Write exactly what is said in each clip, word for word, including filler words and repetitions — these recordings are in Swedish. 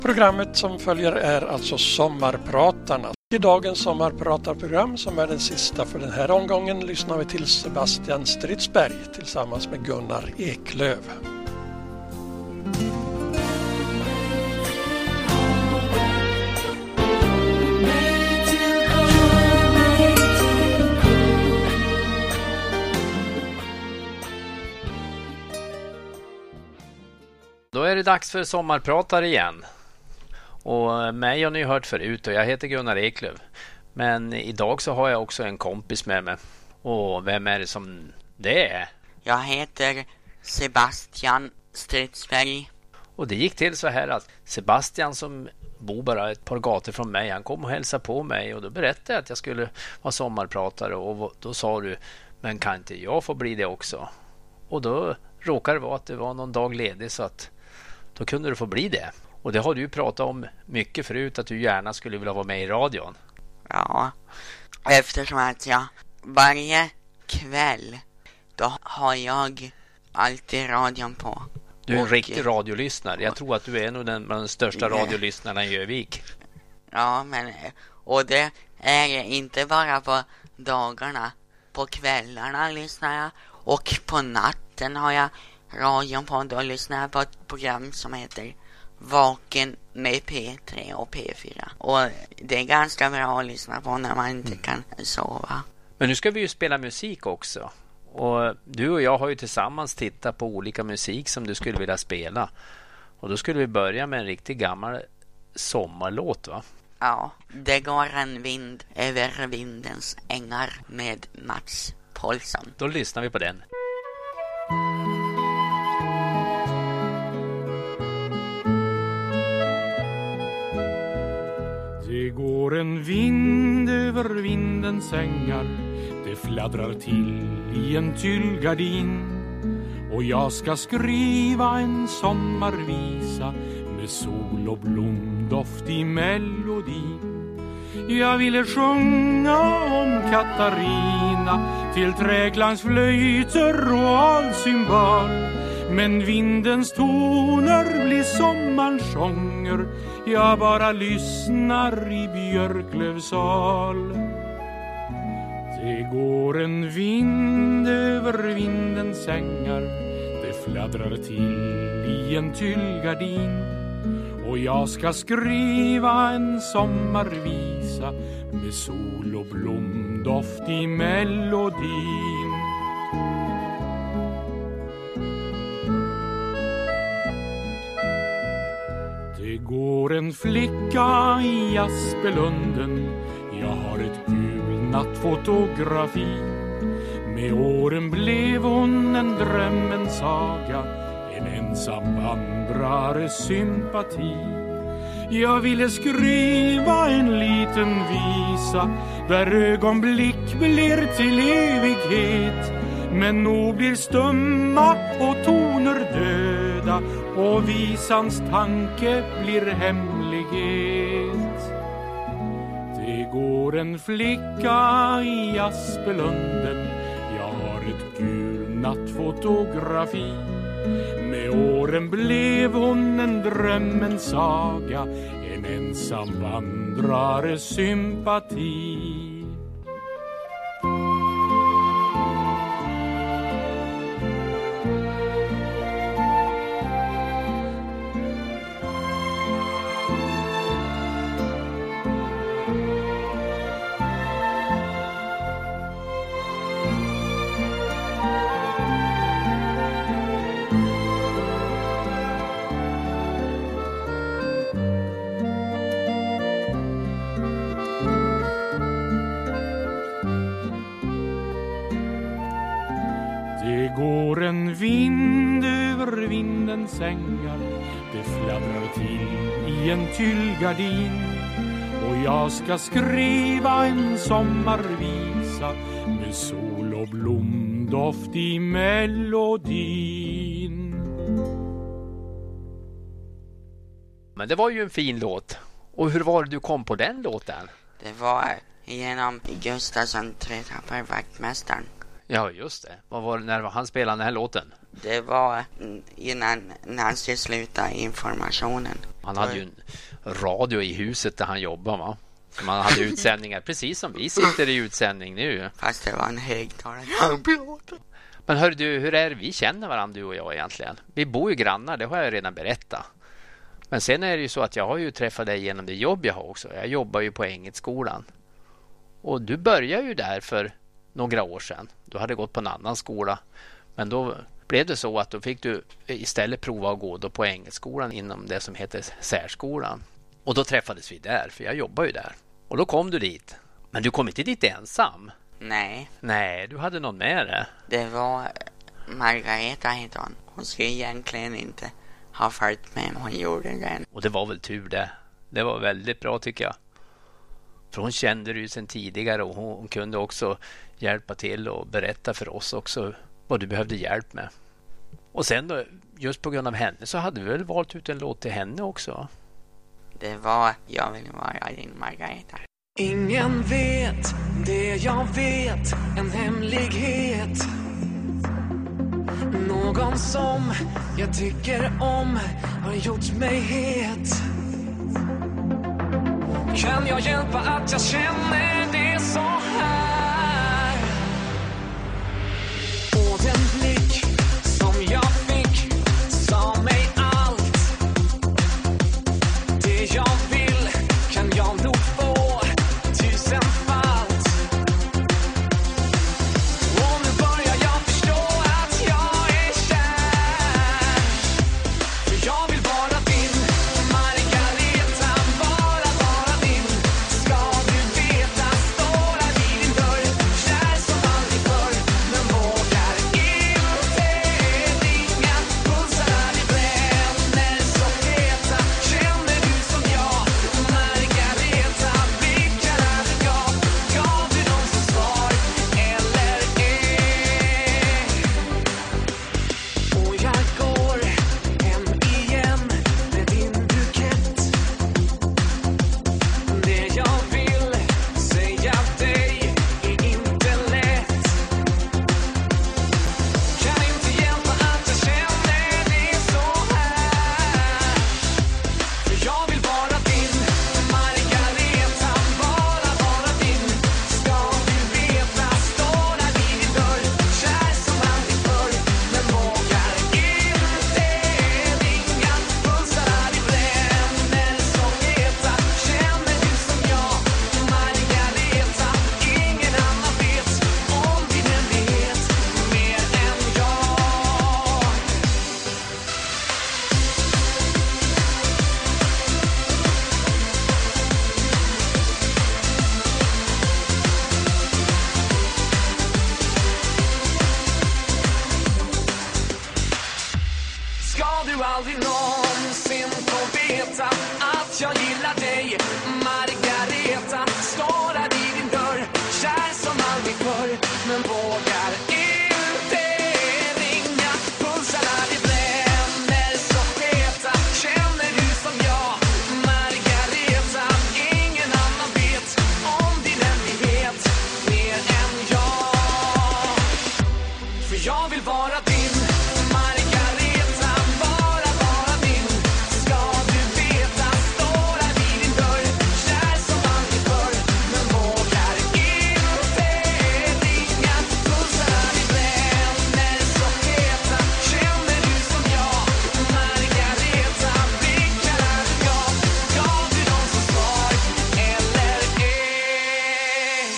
Programmet som följer är alltså Sommarpratarna. I dagens sommarpratarprogram, som är den sista för den här omgången, lyssnar vi till Sebastian Stridsberg tillsammans med Gunnar Eklöf. Då är det dags för sommarpratar igen. Och mig har ni hört förut och jag heter Gunnar Eklöf. Men idag så har jag också en kompis med mig. Och vem är det som det är? Jag heter Sebastian Stridsberg. Och det gick till så här att Sebastian, som bor bara ett par gator från mig, han kom och hälsade på mig och då berättade jag att jag skulle vara sommarpratare och då sa du, men kan inte jag få bli det också? Och då råkade det vara att det var någon dag ledig så att då kunde du få bli det. Och det har du ju pratat om mycket förut, att du gärna skulle vilja vara med i radion. Ja, eftersom att jag varje kväll då har jag alltid radion på. Du är en och, riktig radiolyssnare. Jag tror att du är nog den, den största nej. radiolyssnarna i Övik. Ja, men och det är inte bara på dagarna. På kvällarna lyssnar jag och på natten har jag radion på. Då lyssnar jag på ett program som heter Vaken med P tre och P fyra. Och det är ganska bra att lyssna på när man inte kan sova. Men nu ska vi ju spela musik också. Och du och jag har ju tillsammans tittat på olika musik som du skulle vilja spela. Och då skulle vi börja med en riktigt gammal sommarlåt, va? Ja, det går en vind över vindens ängar med Mats Paulsson. Då lyssnar vi på den. Det går en vind över vindens ängar, det fladdrar till i en tyllgardin. Och jag ska skriva en sommarvisa med sol och blomdoft i melodin. Jag ville sjunga om Katarina till träklangs flöjter och allsymbal. Men vindens toner blir sommarns sånger, jag bara lyssnar i Björklövsal. Det går en vind över vindens ängar, det fladdrar till i en tyllgardin. Och jag ska skriva en sommarvisa med sol och blomdoft i melodin. Det går en flicka i Aspelunden, jag har ett gulnat fotografi. Med åren blev hon en drömmens saga, en ensam vandrares sympati. Jag ville skriva en liten visa där ögonblick blir till evighet. Men nog blir stumma och toner döda och visans tanke blir hemlighet. Det går en flicka i Aspelunden, jag har ett gulnat fotografi. Med åren blev hon en drömmens saga, en ensam vandrares sympati. Det går en vind över vindens ängar, det fladdrar till i en tyllgardin. Och jag ska skriva en sommarvisa med sol och blomdoft i melodin. Men det var ju en fin låt. Och hur var det du kom på den låten? Det var genom Gustafsson, Trätappar-vaktmästaren. Ja, just det. Vad var det när han spelade den här låten? Det var innan när han skulle sluta informationen. Han hade ju en radio i huset där han jobbade, va? Så man hade utsändningar precis som vi sitter i utsändning nu. Fast det var en högtalare. Men hör du, hur är det vi känner varandra, du och jag egentligen? Vi bor ju grannar, det har jag redan berättat. Men sen är det ju så att jag har ju träffat dig genom det jobb jag har också. Jag jobbar ju på Engelskolan. Och du började ju där för några år sedan. Du hade gått på en annan skola. Men då blev det så att då fick du istället prova att gå då på Engelskolan inom det som heter särskolan. Och då träffades vi där, för jag jobbar ju där. Och då kom du dit. Men du kom inte dit ensam. Nej. Nej, du hade någon med dig. Det var Margareta heter hon. Hon skulle egentligen inte ha följt med, men hon gjorde det. Och det var väl tur det. Det var väldigt bra tycker jag. För hon kände du sedan tidigare och hon, hon kunde också hjälpa till och berätta för oss också vad du behövde hjälp med. Och sen då, just på grund av henne så hade vi väl valt ut en låt till henne också. Det var Jag vill vara din Margareta. Ingen vet det jag vet, en hemlighet. Någon som jag tycker om har gjort mig het. Kan jag hjälpa att jag känner det så här? Och den blick som jag fick sa mig allt. Det jag vill kan jag nog få tusenfalt. Och nu börjar jag förstå att jag är kär. För jag vill vara din Margareta, bara vara din. Ska du veta, står här vid din dörr, kär som aldrig förr, men vågar inte ringa. Pulsar i bränner så heta. Känner du som jag, Margareta? Blickarna du gav, gav du dem som svar eller ej? Och jag går hem igen med din bukett. Det jag vill säga dig är inte lätt. Kan inte hjälpa att jag känner det så här. För jag vill vara din Margareta, bara vara din. Ska du veta, står här vid din dörr, kär som aldrig förr, men vågar inte ringa. Pulsar i bränner så heta. Känner du som jag, Margareta? Ingen annan vet om din hemlighet mer än jag. Ska du aldrig någonsin få veta att jag gillar dig, Margareta? Står här vid din dörr, kär som aldrig förr, men vågar inte ringa. Pulsarna de bränner så heta. Känner du som jag, Margareta? Ingen annan vet om din hemlighet mer än jag. För jag vill vara din Margareta, bara vara din. Ska du veta, står här vid din dörr, kär som aldrig förr, men vågar inte ringa. Pulsarna de bränner så heta. Känner du som jag, Margareta? Blickarna du gav, gav du dem som svar eller ej?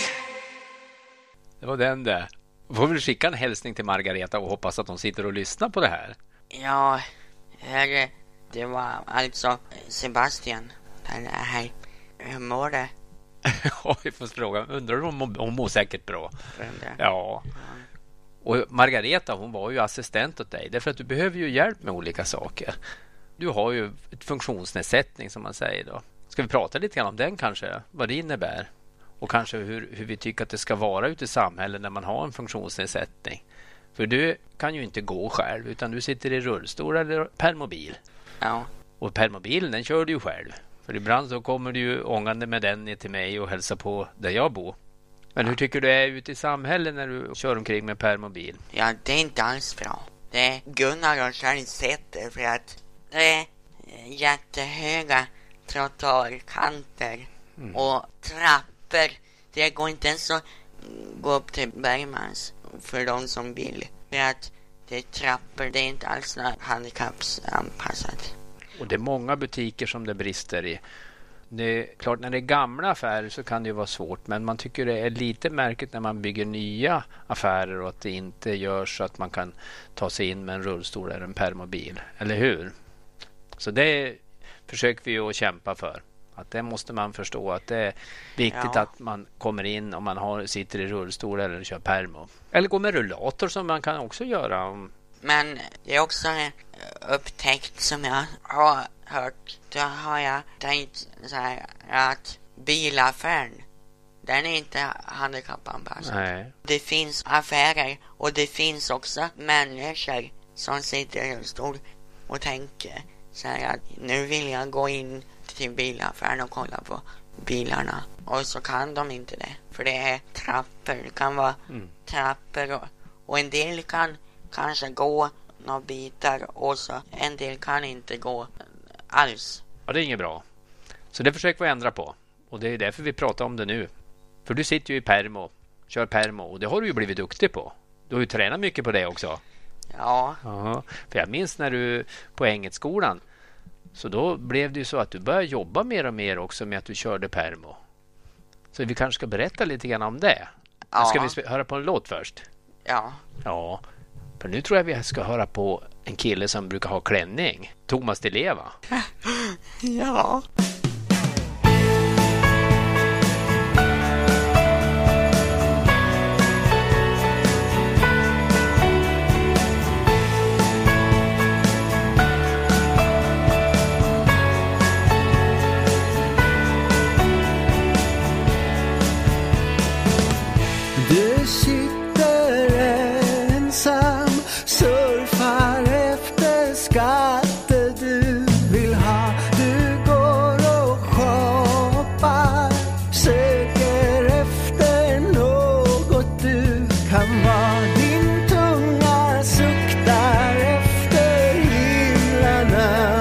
Det var den där. Får vi skicka en hälsning till Margareta och hoppas att hon sitter och lyssnar på det här. Ja, herre, det var alltså Sebastian. Den här, hur mår det? Ja, vi får fråga. Undrar om hon, hon mår säkert bra. Undrar. Ja. Och Margareta, hon var ju assistent åt dig. Därför att du behöver ju hjälp med olika saker. Du har ju ett funktionsnedsättning som man säger då. Ska vi prata lite grann om den kanske? Vad det innebär? Och kanske hur, hur vi tycker att det ska vara ute i samhället när man har en funktionsnedsättning. För du kan ju inte gå själv utan du sitter i rullstol eller permobil. Ja, Och permobilen den kör du ju själv. För ibland så kommer du ju ångande med den ner till mig och hälsar på där jag bor. Men hur tycker du är ute i samhället när du kör omkring med permobil? ja, det är inte alls bra. Det Gunnar har själv sett det, för att det jättehöga trottoarkanter Mm. och trappor. Det går inte ens att gå upp till Bergmans för de som vill. För att det är trappor, det är inte alls handikappsanpassat. Och det är många butiker som det brister i. Det är klart, när det är gamla affärer så kan det ju vara svårt, men man tycker det är lite märkligt när man bygger nya affärer och att det inte görs så att man kan ta sig in med en rullstol eller en permobil, eller hur? Så det försöker vi ju att kämpa för. Att det måste man förstå, att det är viktigt Ja. att man kommer in om man har, sitter i rullstol eller kör permo. Eller går med rullator som man kan också göra. Om... Men det är också en upptäckt som jag har hört. Då har jag tänkt så här att bilaffären, den är inte handikappanpassad. Nej. Det finns affärer och det finns också människor som sitter i rullstol och tänker så här att nu vill jag gå in till bilaffären och kolla på bilarna. Och så kan de inte det. För det är trappor. Det kan vara Mm. trappor och, och en del kan kanske gå några bitar och så en del kan inte gå alls. Ja, det är inget bra. Så det försöker vi ändra på. Och det är därför vi pratar om det nu. För du sitter ju i permo, kör permo, och det har du ju blivit duktig på. Du har ju tränat mycket på det också. Ja, Ja, för jag minns när du på Engelskolan, så då blev det ju så att du började jobba mer och mer också med att du körde permo. Så vi kanske ska berätta lite grann om det. ja, Ska vi sp- höra på en låt först? ja. Ja, för nu tror jag vi ska höra på en kille som brukar ha klänning. Thomas Di Leva. Ja. Du sitter ensam, surfar efter skatter du vill ha. Du går och shoppar, söker efter något du kan vara. Din tunga suktar efter himlarna.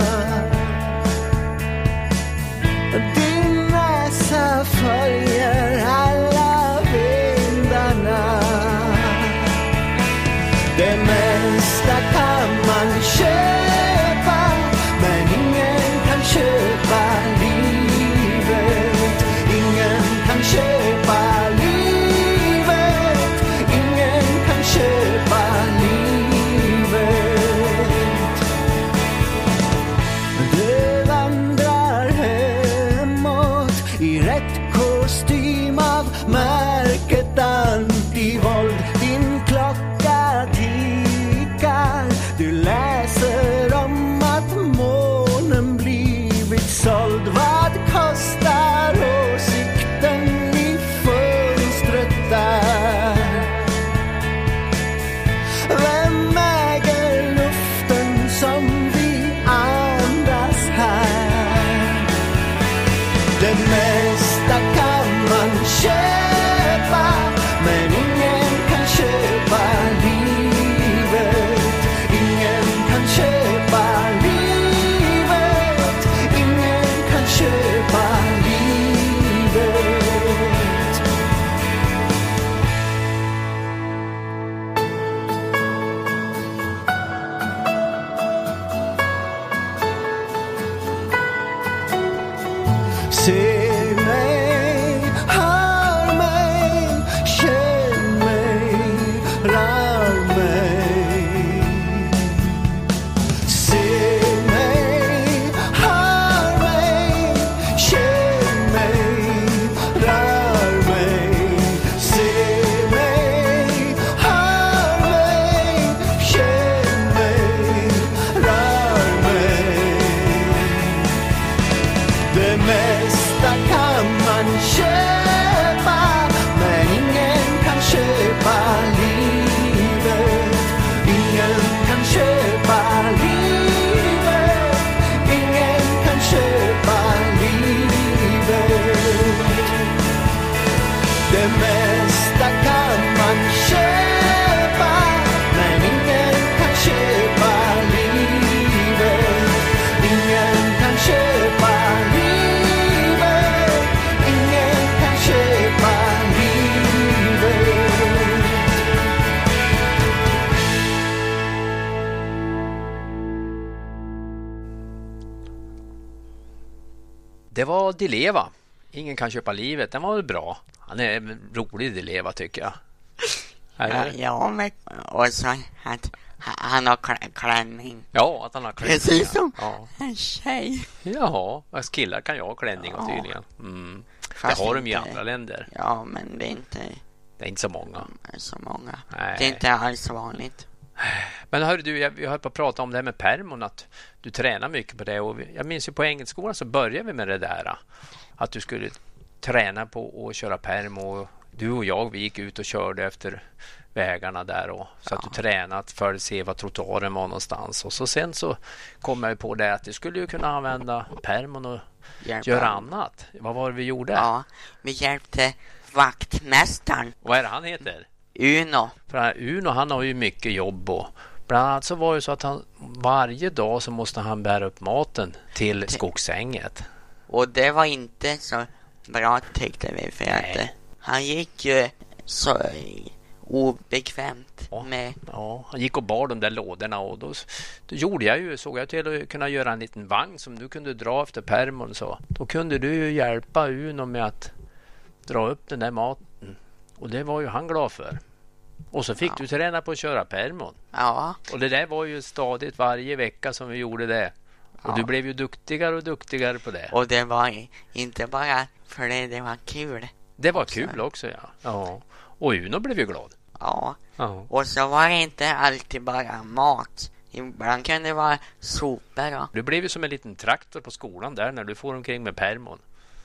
Din näsa följer alla vindarna. Det mesta kan man köpa, men ingen kan köpa livet. Ingen kan köpa livet. Ingen kan köpa livet. Du vandrar hemåt i rätt kostym av märket antivåld. Din klocka tickar. Du läser om att månen blivit såld. Vad kostar åsikten i fönstret där? Vem äger luften som vi andas här? Det mesta kan man köpa, men ingen kan köpa livet. Ingen kan köpa livet. Ingen kan köpa livet. Se mig, hör mig, känn mig, rör mig. Se mig, hör mig, känn mig, rör mig. Se mig, hör mig, känn mig, rör mig. Det mesta kan man köpa, men ingen kan köpa livet. Ingen kan köpa livet. Ingen kan köpa livet. Det mesta kan man köpa, men ingen kan köpa livet. Ingen Det var Di Leva. Ingen kan köpa livet. Den var väl bra. Han är en rolig Di Leva tycker jag. Ja, ja, men och så att han har klä- klänning. Ja, att han har klänning. Precis som ja. en tjej. Ja, fast killar kan ju ha klänning och tydligen. Mm. Det har de ju i andra länder. Ja, men det är inte... Det är inte så många. Så många. Nej. Det är inte alls vanligt. Men hörru du, jag, vi har på att prata om det här med permon, att du tränar mycket på det. Och jag minns ju på engelskolan så började vi med det där. Att du skulle träna på att köra permo. Du och jag, vi gick ut och körde efter vägarna där. Och, så ja. Att du tränat för att se vad trottoaren var någonstans. Och så sen så kom jag på det att du skulle ju kunna använda permon och Hjälpa. göra annat. Vad var det vi gjorde? Ja, vi hjälpte vaktmästaren. Vad är det han heter? Uno. För Uno, han har ju mycket jobb och bland annat så var det så att han varje dag så måste han bära upp maten till det, skogsänget. Och det var inte så bra tyckte vi för Nej. att han gick ju så obekvämt ja, med. Ja, han gick och bar de där lådorna och då, då gjorde jag ju, såg jag till att kunna göra en liten vagn som du kunde dra efter permon så. Då kunde du ju hjälpa Uno med att dra upp den där maten. Och det var ju han glad för. Och så fick ja. du träna på att köra permon. Ja. Och det där var ju stadigt varje vecka som vi gjorde det. Och ja. du blev ju duktigare och duktigare på det. Och det var inte bara för det, det var kul. Det var också. kul också, ja. ja. Och Uno blev ju glad. Ja. ja. Och så var det inte alltid bara mat. Ibland kan det vara sopor. Och... Du blev ju som en liten traktor på skolan där när du får omkring med permon.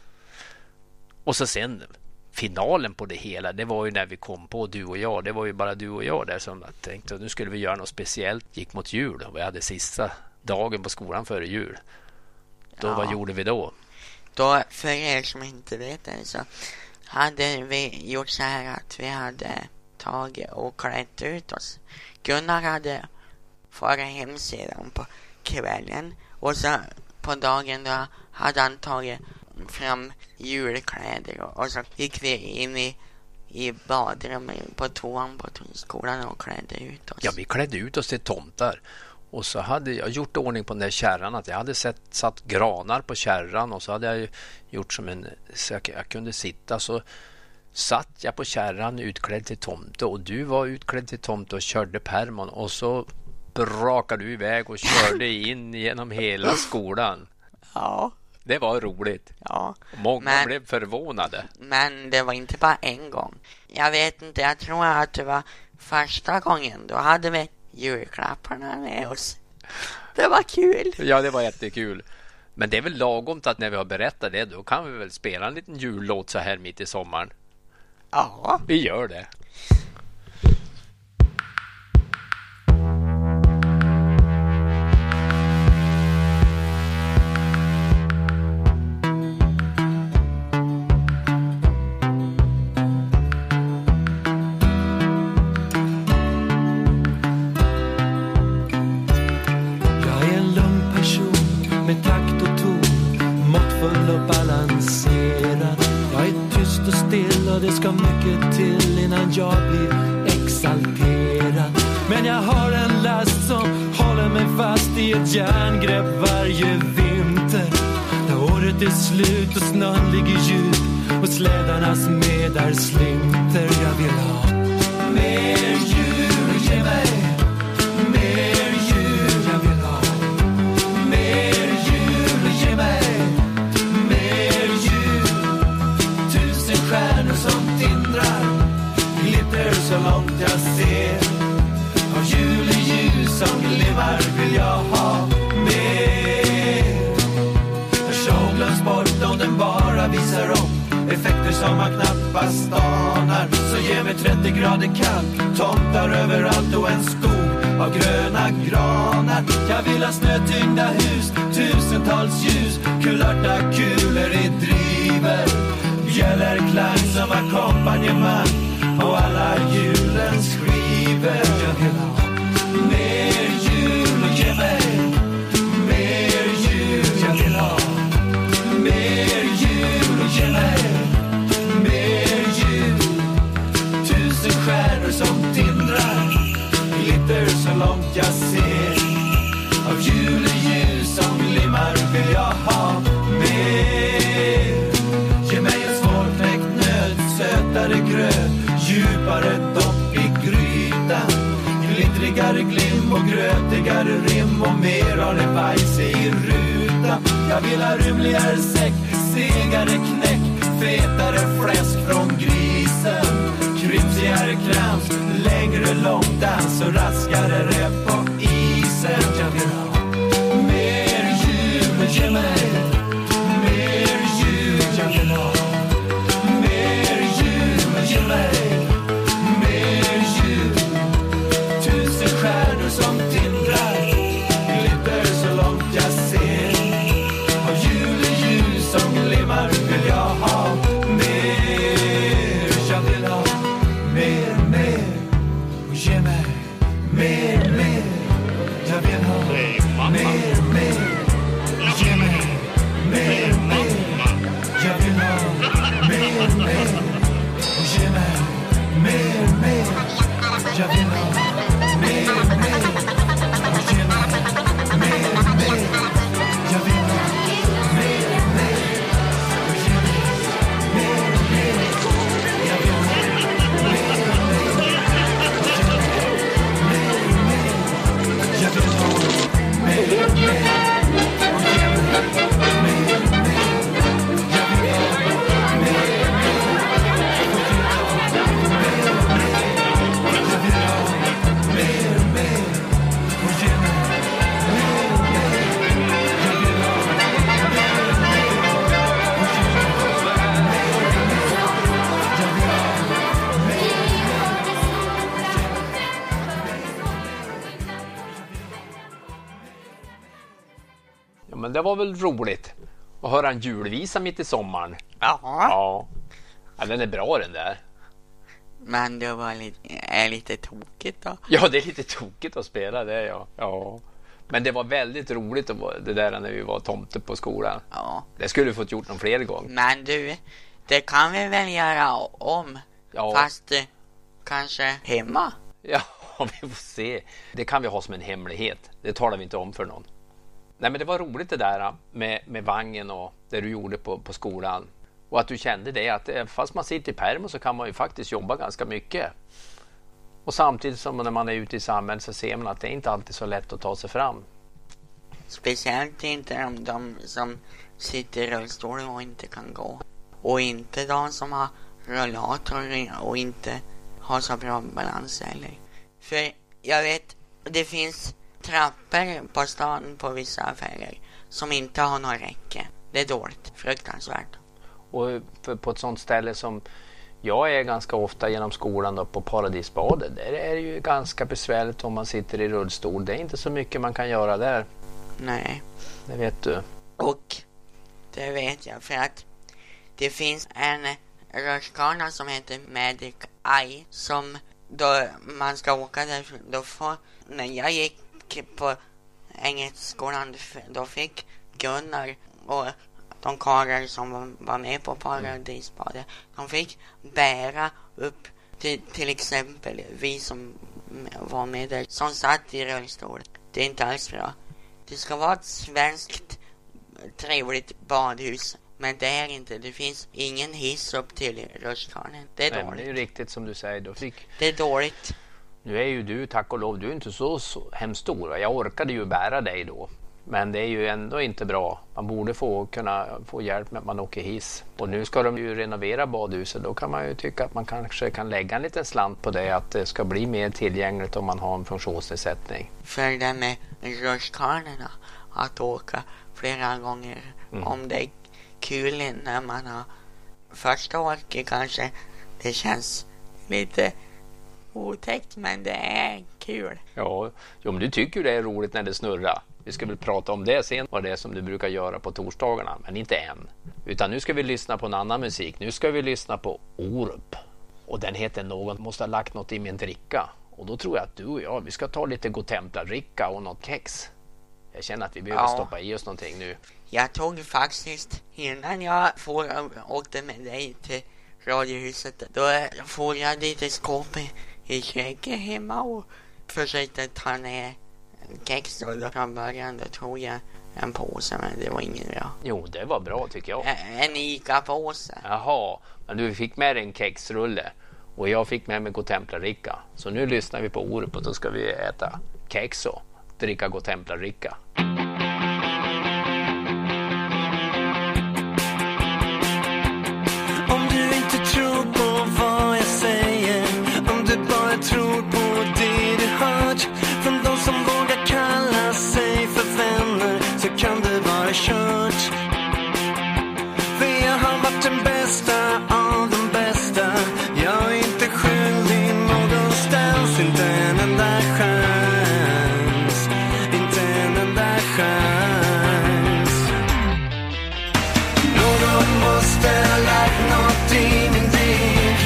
Och så sen... finalen på det hela, det var ju när vi kom på du och jag, det var ju bara du och jag där som jag tänkte att nu skulle vi göra något speciellt, gick mot jul och vi hade sista dagen på skolan före jul. Då, ja. vad gjorde vi då? Då, för er som inte vet det, så hade vi gjort så här att vi hade tagit och klätt ut oss. Gunnar hade farit hem sedan på kvällen och så på dagen då hade han tagit fram julkläder och, och så gick vi in i, i badrummet på toan på skolan och klädde ut oss. Ja, vi klädde ut oss till tomtar. Och så hade jag gjort ordning på den där kärran att jag hade sett, satt granar på kärran och så hade jag gjort som en så jag, jag kunde sitta så satt jag på kärran utklädd till tomte och du var utklädd till tomte och körde permon och så brakade du iväg och körde in genom hela skolan. Ja. Det var roligt. Ja. Många men, blev förvånade. Men det var inte bara en gång. Jag vet inte, jag tror att det var första gången. Då hade vi julklapparna med oss. Det var kul. Ja, det var jättekul. Men det är väl lagomt att när vi har berättat det, då kan vi väl spela en liten jullåt så här mitt i sommaren. Ja. Vi gör det. Det ska mycket till innan jag blir exalterad. Men jag har en last som håller mig fast i ett järngrepp varje vinter. När året är slut och snön ligger djup och slädarnas medar slinter. Jag vill ha mer jul, ge mig mer jul. Jag vill ha mer jul, ge mig mer jul. Tusen stjärnor som tindrar, glitter så långt jag ser. Av juleljus som glimmar vill jag ha mer. När show glöms bort om den bara visar upp effekter som man knappast anar. Så ge mig trettio grader kallt, tomtar överallt och en skog av gröna granar. Jag vill ha snötyngda hus, tusentals ljus, kulörta kulor i driver. Bjällerklang som ackompanjemang på alla julens skivor. Jag vill ha mer jul och ge mig mer jul. Jag vill ha mer jul och ge mig mer jul. Tusen stjärnor som tindrar, glitter så långt jag ser. Av juleljus som glimmar vill jag ha mer. Kortare rim och mer har det bajs i ruta. Jag vill ha rymligare säck, segare knäck, fetare fläsk från grisen, krypsigare krams, längre långdans och raskare rep på isen. Jag vill ha mer jul, ge mig mer jul. Jag vill ha mer jul, ge mig mer jul. Tusen stjärnor som tindrar, glitter så långt jag ser. Och juleljus som glimmar vill jag ha mer. Jag vill ha mer, mer. Och ge mig mer, mer. Jag vill ha mer, mer. Ge mig mer, mer. Jag vill ha mer, mer. Och ge mig mer, mer. Jag vill ha mer, mer. Och ge mig mer, mer. Jag vill ha mer, mer. Och ge mig mer, mer. Jag vill ha mer, mer. Och ge mig mer, mer. Jag vill ha mer, mer. Och ge mig mer, mer. Jag vill ha mer, mer. Ja, men det var väl roligt att höra en julvisa mitt i sommaren. Ja. Ja, ja den är bra den där. Men det var lite, är lite tokigt då. Ja, det är lite tokigt att spela det, ja. Ja. Men det var väldigt roligt att vara det där när vi var tomte på skolan. Ja. Det skulle vi fått gjort någon fler gånger. Men du, det kan vi väl göra om. Ja. Fast eh, kanske hemma. Ja, vi får se. Det kan vi ha som en hemlighet. Det talar vi inte om för någon. Nej, men det var roligt det där med, med vagnen och det du gjorde på, på skolan. Och att du kände det, att fast man sitter i perm så kan man ju faktiskt jobba ganska mycket. Och samtidigt som när man är ute i samhället så ser man att det är inte alltid så lätt att ta sig fram. Speciellt inte om de som sitter i rullstol och inte kan gå. Och inte de som har rullator och inte har så bra balans heller. För jag vet, det finns trappor på stan på vissa affärer som inte har några räcke. Det är dåligt, fruktansvärt. Och på ett sånt ställe som jag är ganska ofta genom skolan då, på Paradisbadet, där är det ju ganska besvärligt om man sitter i rullstol. Det är inte så mycket man kan göra där. Nej. Det vet du. Och det vet jag för att det finns en rutschkana som heter Magic Eye som då man ska åka där, då får, när jag gick på Engelskskolan då fick Gunnar och de karlar som var med på Paradisbadet, de fick bära upp till, till exempel vi som var med där som satt i rullstol. Det är inte alls bra. Det ska vara ett svenskt trevligt badhus, men det är inte. Det finns ingen hiss upp till rutschkanan. Det är Nej, dåligt. det är ju riktigt som du säger. Då fick... Det är dåligt. Nu är ju du, tack och lov, du är inte så, så hemskt stor. Jag orkade ju bära dig då. Men det är ju ändå inte bra. Man borde få kunna få hjälp med att man åker hiss. Och nu ska de ju renovera badhuset. Då kan man ju tycka att man kanske kan lägga en liten slant på det. Att det ska bli mer tillgängligt om man har en funktionsnedsättning. För det med rutschkanorna att åka flera gånger. Mm. Om det är kul när man har första åket kanske. Det känns lite otäckt, men det är kul. Ja, jo, men du tycker ju det är roligt när det snurrar. Vi ska väl prata om det sen, vad det är som du brukar göra på torsdagarna, men inte än. Utan nu ska vi lyssna på en annan musik. Nu ska vi lyssna på Orup. Och den heter Någon måste ha lagt något i min dricka. Och då tror jag att du och jag, vi ska ta lite Godtemplar-dricka och något kex. Jag känner att vi behöver ja. stoppa i oss någonting nu. Jag tog faktiskt, innan jag får, åkte med dig till radiohuset, då får jag dit i skåpet i köket hemma och försökte ta ner kex. Och då från början då tog jag en påse, men det var inget bra. Jo, det var bra tycker jag. En Ica-påse. Jaha, men du fick med en kexrulle och jag fick med mig Godtemplar-dricka. Så nu lyssnar vi på Orup och då ska vi äta kex och dricka gå templa ricka. Om du inte tror på vad jag säger, om du bara tror på det du hört från de som vågar kalla sig för vänner, så kan det vara kört. För jag har varit den bästa av de bästa. Jag är inte skyldig någonstans, inte en enda chans, inte en enda chans. Någon måste ha lagt något i min drink.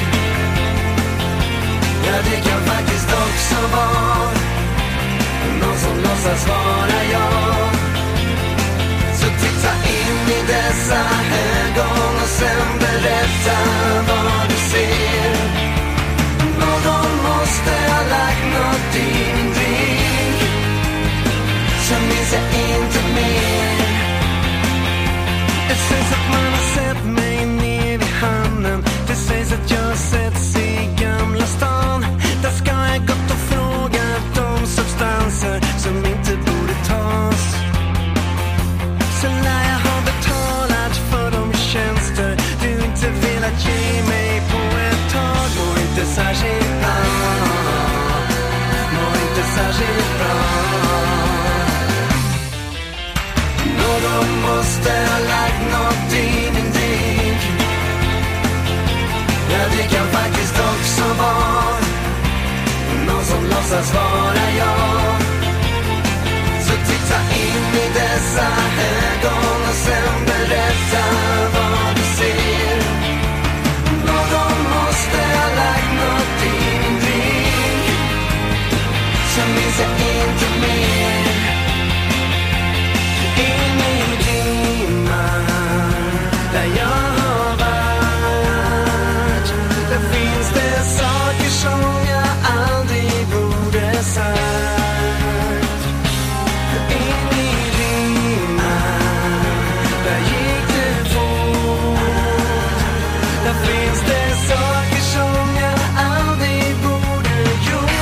Ja, det kan faktiskt också vara någon som låtsas vara jag. Så titta in i dessa ögon och sen berätta vad du ser. Någon måste ha lagt något i min drink, så minns jag inte mer. Det sägs att man har sett mig ner vid hamnen. Det sägs att jag sätts i Gamla stan. Där ska jag gått och frågat om substanser som inte borde tas. Så lär jag ha betalat för de tjänster du inte velat ge mig på ett tag. Mår inte särskilt bra, mår inte särskilt bra. Någon måste ha lagt något i min drink. Ja, det kan faktiskt också vara någon som låtsas vara jag. Så titta in i dessa ögon och sen berätta vad du ser. Någon måste ha lagt något i min drink, så minns jag inte mer. In i dimma där jag har varit, där finns det saker som jag aldrig borde sagt. In i dimma där gick det fort, där finns det saker som jag aldrig borde gjort.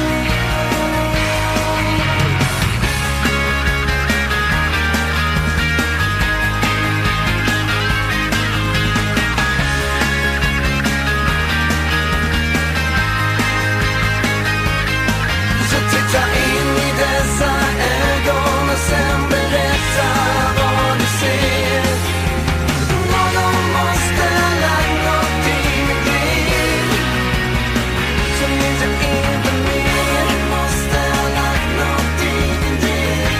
Så titta in i dessa ögon och sen berätta vad du ser. Någon måste ha lagt något i mitt liv, så minns jag inte mer. Måste ha lagt något i mitt liv.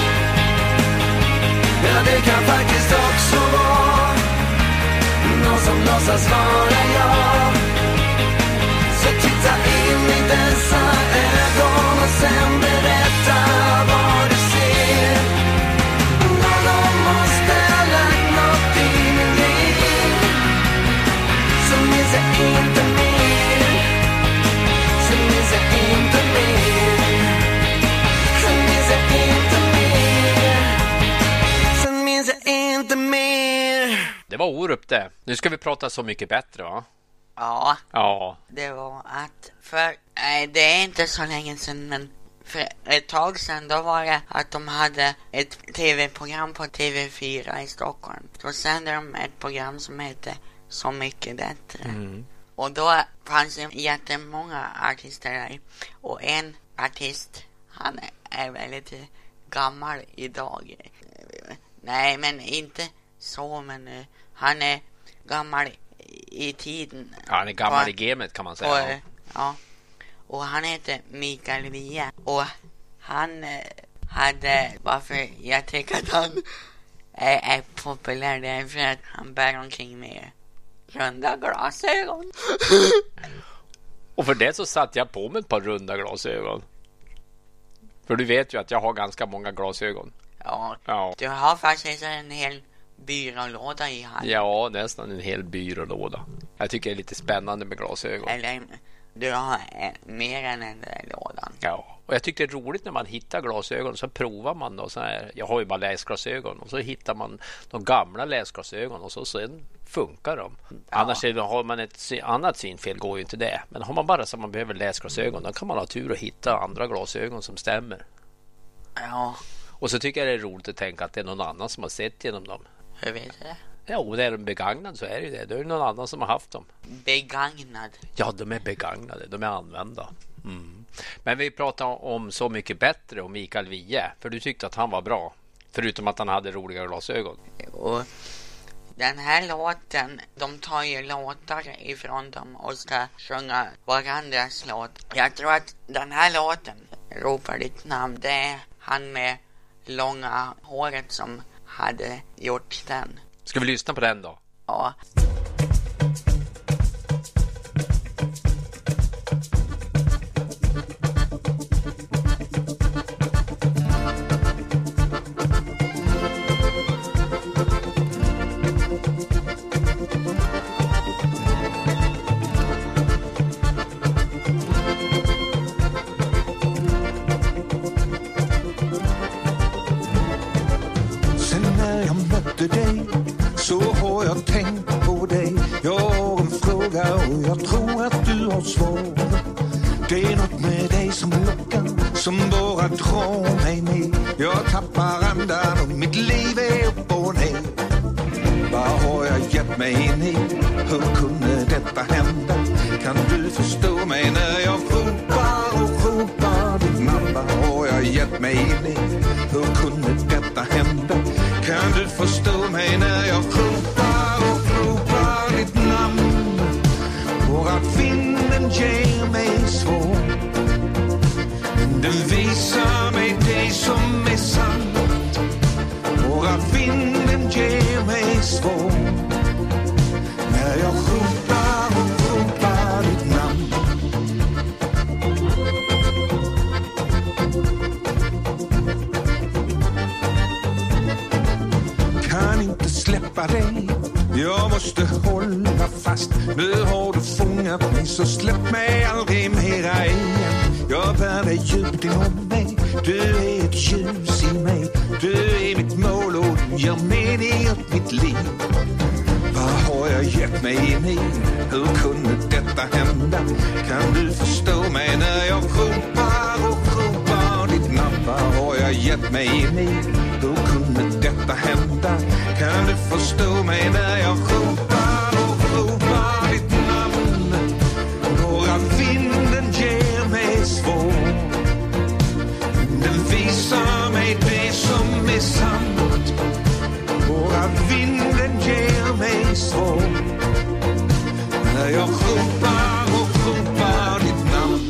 Ja, det kan faktiskt också vara någon som låtsas vara jag. Så titta in i dessa ögon och sen berätta vad du ser. Någon måste ha lagt något i min liv, så minns jag inte mer. Så minns jag inte mer. Så minns jag inte mer. Så minns jag inte mer. Det var Orup det. Nu ska vi prata Så mycket bättre, va? Ja, Ja. det var att för nej, det är inte så länge sedan, men för ett tag sedan då var det att de hade ett tv-program på T V fyra i Stockholm. Då sände de ett program som hette Så mycket bättre. Mm. Och då fanns det jättemånga artister där. Och en artist, han är väldigt gammal idag. Nej, men inte så, men uh, han är gammal i tiden. Ja, han är gammal på, i gamet kan man säga. på, ja. Och han heter Mikael Wiehe. Och han uh, hade, varför jag tycker att han är, är populär, det är för att han bär omkring med runda glasögon. Och för det så satt jag på mig ett par runda glasögon. För du vet ju att jag har ganska många glasögon. Ja, Ja, du har faktiskt en hel byrålåda i hand. ja nästan en hel byrålåda. Jag tycker det är lite spännande med glasögon. Eller du har eh, mer än den där lådan. Ja, och jag tycker det är roligt när man hittar glasögon, så provar man då så här. Jag har ju bara läsglasögon och så hittar man de gamla läsglasögon och så sen funkar de. Ja. Annars är det, har man ett sy- annat synfel går ju inte det. Men har man bara så man behöver läsglasögon, då kan man ha tur och hitta andra glasögon som stämmer. Ja, Och så tycker jag det är roligt att tänka att det är någon annan som har sett genom dem. hur vet du det? Ja, och är de begagnade så är det ju det. Det är ju någon annan som har haft dem. Begagnad. Ja, de är begagnade. De är använda. Mm. Men vi pratar om Så mycket bättre om Mikael Wiehe. För du tyckte att han var bra. Förutom att han hade roliga glasögon. Och den här låten, de tar ju låtar ifrån dem och ska sjunga varandras låt. Jag tror att den här låten, Ropar ditt namn, det är han med långa håret som hade gjort den. Ska vi lyssna på den då? Ja. Sen när jag mötte dig så har jag tänkt på dig. Jag har en fråga och jag tror att du har svar. Det är något med dig som lockar, som bara drar mig med. Jag tappar andan och mitt liv är upp och ner. Vad har jag gett mig in i? Hur kunde detta hända? Kan du förstå mig när jag ropar och ropar ditt namn? Vad har jag gett mig in i? Hur kunde detta hända? Kan du förstå mig när jag ropar och ropar ditt namn? Och att vinden ger mig svar. Den visar mig det som är sant. Och att vinden ger mig svar. När jag ropar och ropar ditt namn. Kan inte släppa dig. Jag måste hålla fast. Nu har du fångat mig, så släpp mig aldrig mera igen. Jag bär dig djupt inom mig. Du är ett ljus i mig. Du är mitt mål och du ger mening åt mitt liv. Vad har jag gett mig in i? Hur kunde detta hända? Kan du förstå mig när jag ropar och ropar ditt namn? Vad har jag gett mig in i? Hur kunde detta hända? Kan du förstå mig när jag ropar och ropar ditt namn? Bara vinden ger mig svar. Den visar mig det som är sant. Bara vinden ger mig svar. När jag ropar och ropar ditt namn.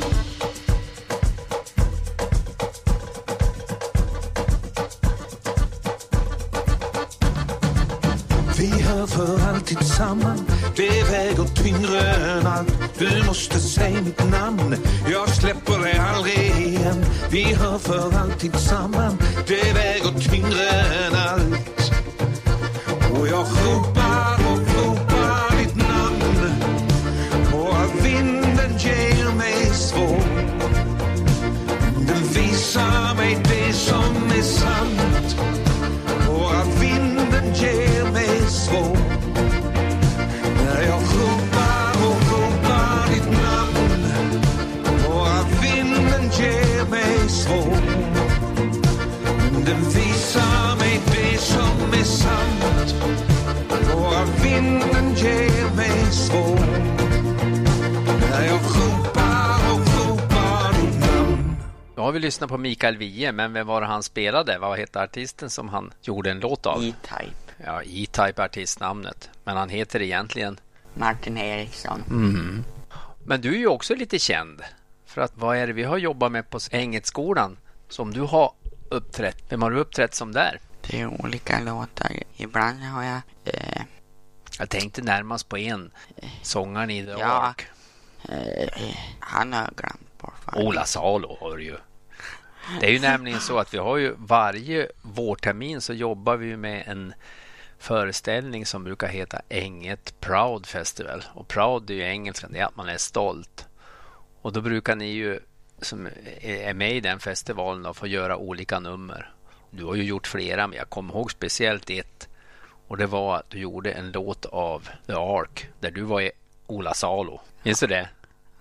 Vi hör för alltid samman. Det väger tyngre än allt. Du måste säga mitt namn. Jag släpper dig aldrig igen. Vi hör för alltid samman. Det väger tyngre än allt. Och jag ropar och ropar ditt namn. Och att vinden ger mig svar. Den visar mig det som är sant. Och att vinden ger mig svar. När jag ropar och ropar ditt namn. Och att vinden ger mig svar. Den visar mig det som är sant. Och att vinden ger mig svar. När jag ropar och ropar ditt namn. Nu har vi lyssnat på Mikael Wiehe, men vem var det han spelade? Vad hette artisten som han gjorde en låt av? E-Type. Ja, E-Type artistnamnet. Men han heter egentligen Martin Eriksson. Mm. Men du är ju också lite känd. För att vad är det vi har jobbat med på Ängetskolan som du har uppträtt? Vem har du uppträtt som där? Det är olika låtar. Ibland har jag... Eh, Jag tänkte närmast på en. Sångaren i The Ja. Ark. eh, han har glömt bort. vad- Ola Salo har du ju. Det är ju nämligen så att vi har ju varje vårtermin så jobbar vi med en föreställning som brukar heta Änget Proud Festival. Och proud är ju engelskan, det är att man är stolt. Och då brukar ni ju som är med i den festivalen och få göra olika nummer. Du har ju gjort flera, men jag kommer ihåg speciellt ett. Och det var att du gjorde en låt av The Ark där du var i Ola Salo. Minns du det?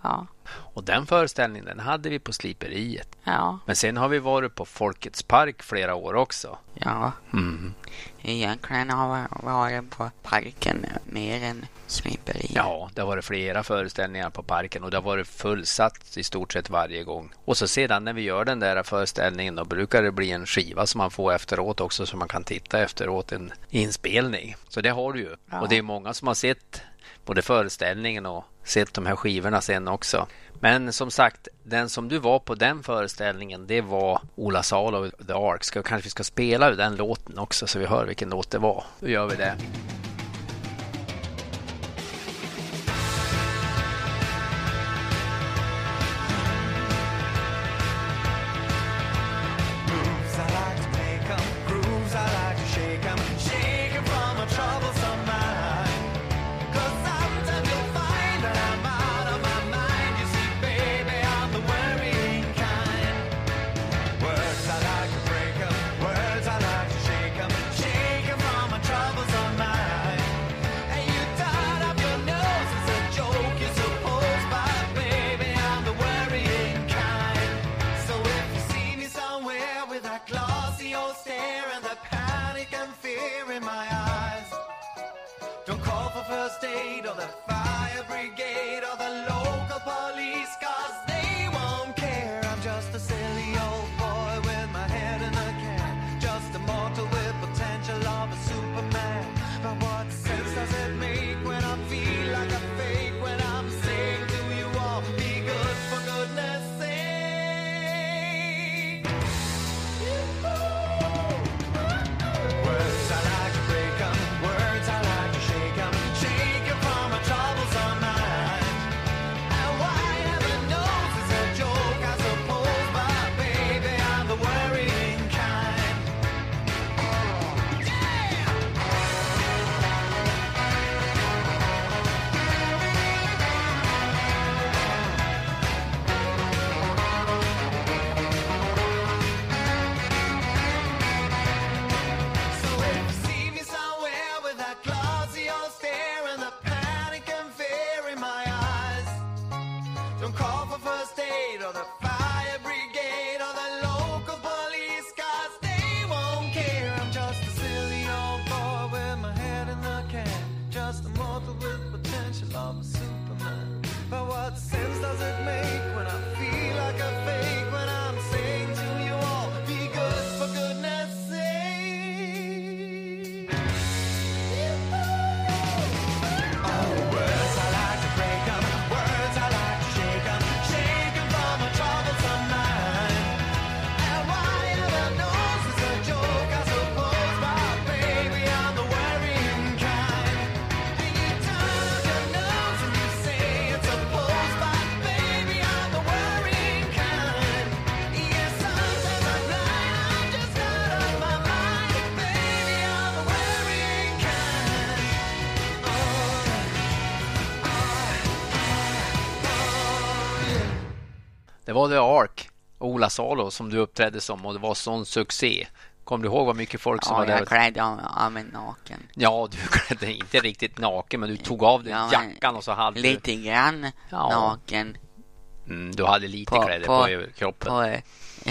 Ja. Och den föreställningen den hade vi på Sliperiet. Ja. Men sen har vi varit på Folkets park flera år också. Ja. Mm. Egentligen har vi varit på parken mer än Sliperiet. Ja, det har varit flera föreställningar på parken och det har varit fullsatt i stort sett varje gång. Och så sedan när vi gör den där föreställningen då brukar det bli en skiva som man får efteråt också så man kan titta efteråt, en inspelning. Så det har du ju. Ja. Och det är många som har sett både föreställningen och sett de här skivorna sen också. Men som sagt, den som du var på den föreställningen, det var Ola Salo och The Ark. Ska, kanske vi ska spela den låten också så vi hör vilken låt det var. Då gör vi det. Det var The Ark och Ola Salo som du uppträdde som och det var sån succé. Kommer du ihåg vad mycket folk som ja, var där? Ja, jag klädde av, av mig naken. Ja, du klädde inte riktigt naken men du tog av dig ja, jackan och så hade lite du... grann ja. naken. Mm, du hade lite på, kläder på, på kroppen. På äh,